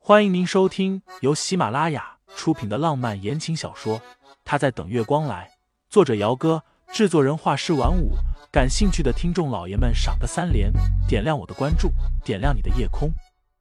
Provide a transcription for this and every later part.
欢迎您收听由喜马拉雅出品的浪漫言情小说《他在等月光来》，作者姚哥，制作人画师晚舞。感兴趣的听众老爷们赏个3连，点亮我的关注，点亮你的夜空。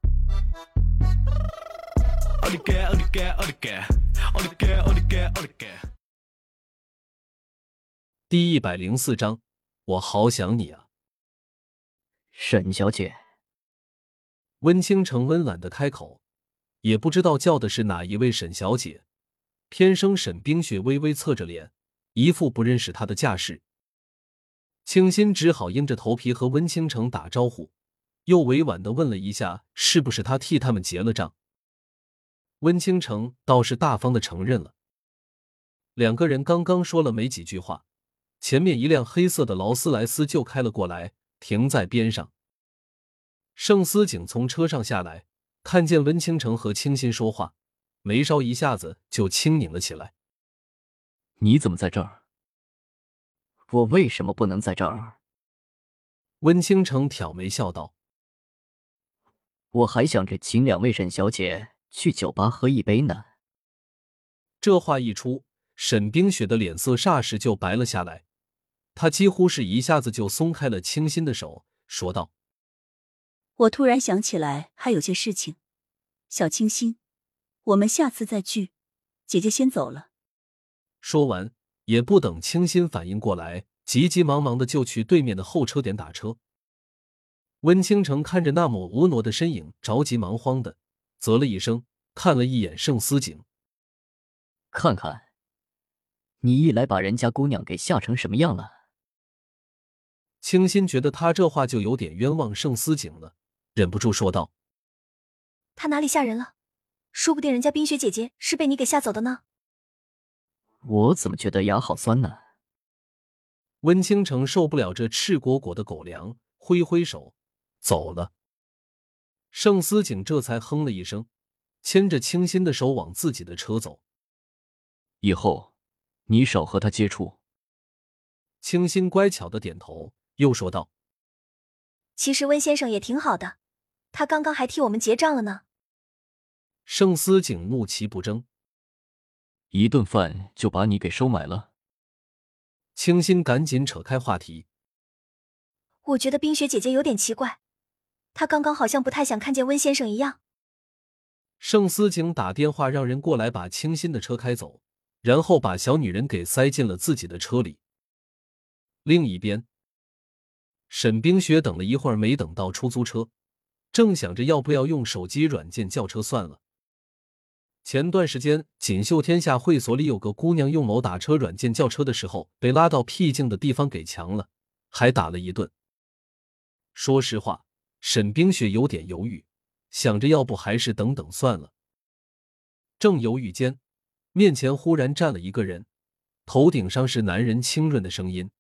第104章，我好想你啊。 沈小姐。 温倾城温婉的开口，也不知道叫的是哪一位沈小姐。偏生沈冰雪微微侧着脸，一副不认识她的架势。清新只好硬着头皮和温倾城打招呼，又委婉地问了一下是不是他替他们结了账。温倾城倒是大方地承认了。两个人刚刚说了没几句话，前面一辆黑色的劳斯莱斯就开了过来，停在边上。盛思景从车上下来，看见温倾城和清新说话，眉梢一下子就轻拧了起来。 你怎么在这儿？我为什么不能在这儿？ 温倾城挑眉笑道。 我还想着请2位沈小姐去酒吧喝一杯呢。 这话一出，沈冰雪的脸色霎时就白了下来，她几乎是一下子就松开了清新的手，说道： 我突然想起来还有件事情，小清新，我们下次再聚，姐姐先走了。 说完也不等清新反应过来，急急忙忙的就去对面的候车点打车。温倾城看着那抹婀娜的身影，着急忙慌的啧了一声，看了一眼盛思景。 看看你一来把人家姑娘给吓成什么样了。 清新觉得他这话就有点冤枉盛思景了，忍不住说道： 他哪里吓人了？说不定人家冰雪姐姐是被你给吓走的呢。 我怎么觉得牙好酸呢？ 温倾城受不了这赤果果的狗粮，挥挥手走了。盛思景这才哼了一声，牵着清新的手往自己的车走。 以后你少和他接触。 清新乖巧的点头，又说道： 其实温先生也挺好的，他刚刚还替我们结账了呢。 盛思景怒其不争： 一顿饭就把你给收买了？ 清新赶紧扯开话题： 我觉得冰雪姐姐有点奇怪，她刚刚好像不太想看见温先生一样。 盛思景打电话让人过来把清新的车开走，然后把小女人给塞进了自己的车里。另一边，沈冰雪等了一会儿没等到出租车，正想着要不要用手机软件叫车算了。前段时间锦绣天下会所里有个姑娘用某打车软件叫车的时候，被拉到僻静的地方给强了，还打了一顿。说实话，沈冰雪有点犹豫，想着要不还是等等算了。正犹豫间，面前忽然站了一个人，头顶上是男人清润的声音：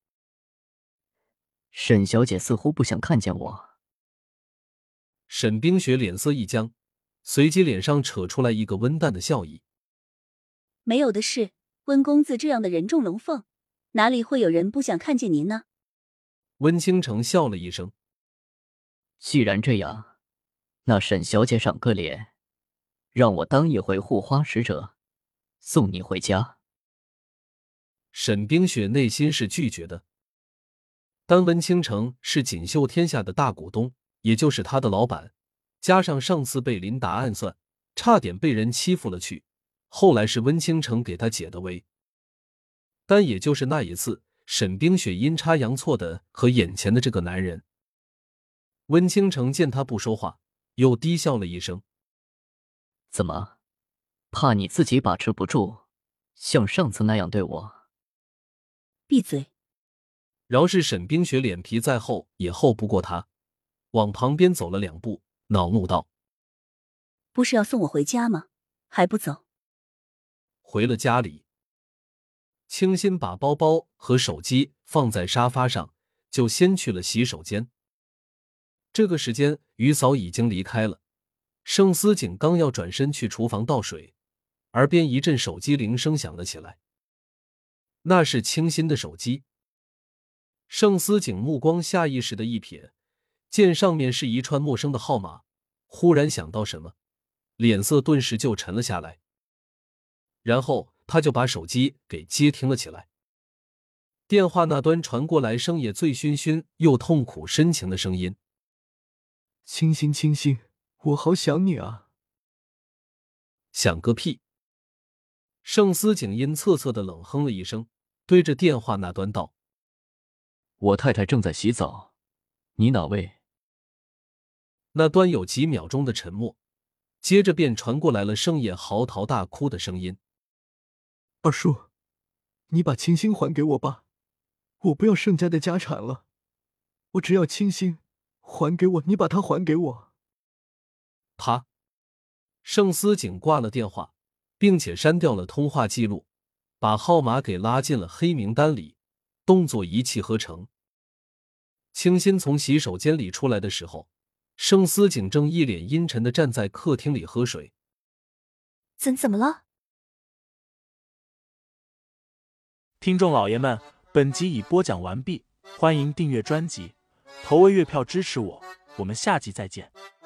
沈小姐似乎不想看见我。 沈冰雪脸色一僵，随即脸上扯出来一个温淡的笑意： 没有的事，温公子这样的人中龙凤，哪里会有人不想看见您呢？ 温倾城笑了一声： 既然这样，那沈小姐赏个脸，让我当一回护花使者，送你回家。 沈冰雪内心是拒绝的，但温倾城是锦绣天下的大股东，也就是他的老板，加上上次被琳达暗算，差点被人欺负了去，后来是温倾城给他解的围。但也就是那一次，沈冰雪阴差阳错的和眼前的这个男人。温倾城见他不说话，又低笑了一声： 怎么，怕你自己把持不住，像上次那样对我？ 闭嘴！ 饶是沈冰雪脸皮再厚，也厚不过他，往旁边走了2步，恼怒道： 不是要送我回家吗？还不走？ 回了家里，清新把包包和手机放在沙发上，就先去了洗手间。这个时间，于嫂已经离开了。盛思景刚要转身去厨房倒水，耳边一阵手机铃声响了起来。那是清新的手机。盛思景目光下意识的一瞥，见上面是一串陌生的号码，忽然想到什么， 脸色顿时就沉了下来。然后他就把手机给接听了起来。电话那端传过来声也醉醺醺又痛苦深情的声音：“ 清新，清新，我好想你啊！” 想个屁！盛思景阴恻恻的冷哼了一声，对着电话那端道：“ 我太太正在洗澡，你哪位？” 那端有几秒钟的沉默，接着便传过来了盛野嚎啕大哭的声音：“ 二叔，你把清新还给我吧，我不要盛家的家产了，我只要清新，还给我，你把它还给我。” 啪！盛思景挂了电话，并且删掉了通话记录，把号码给拉进了黑名单里，动作一气呵成。清新从洗手间里出来的时候，盛思景正一脸阴沉地站在客厅里喝水。 怎么了？ 听众老爷们，本集已播讲完毕，欢迎订阅专辑，投喂月票支持我，我们下集再见。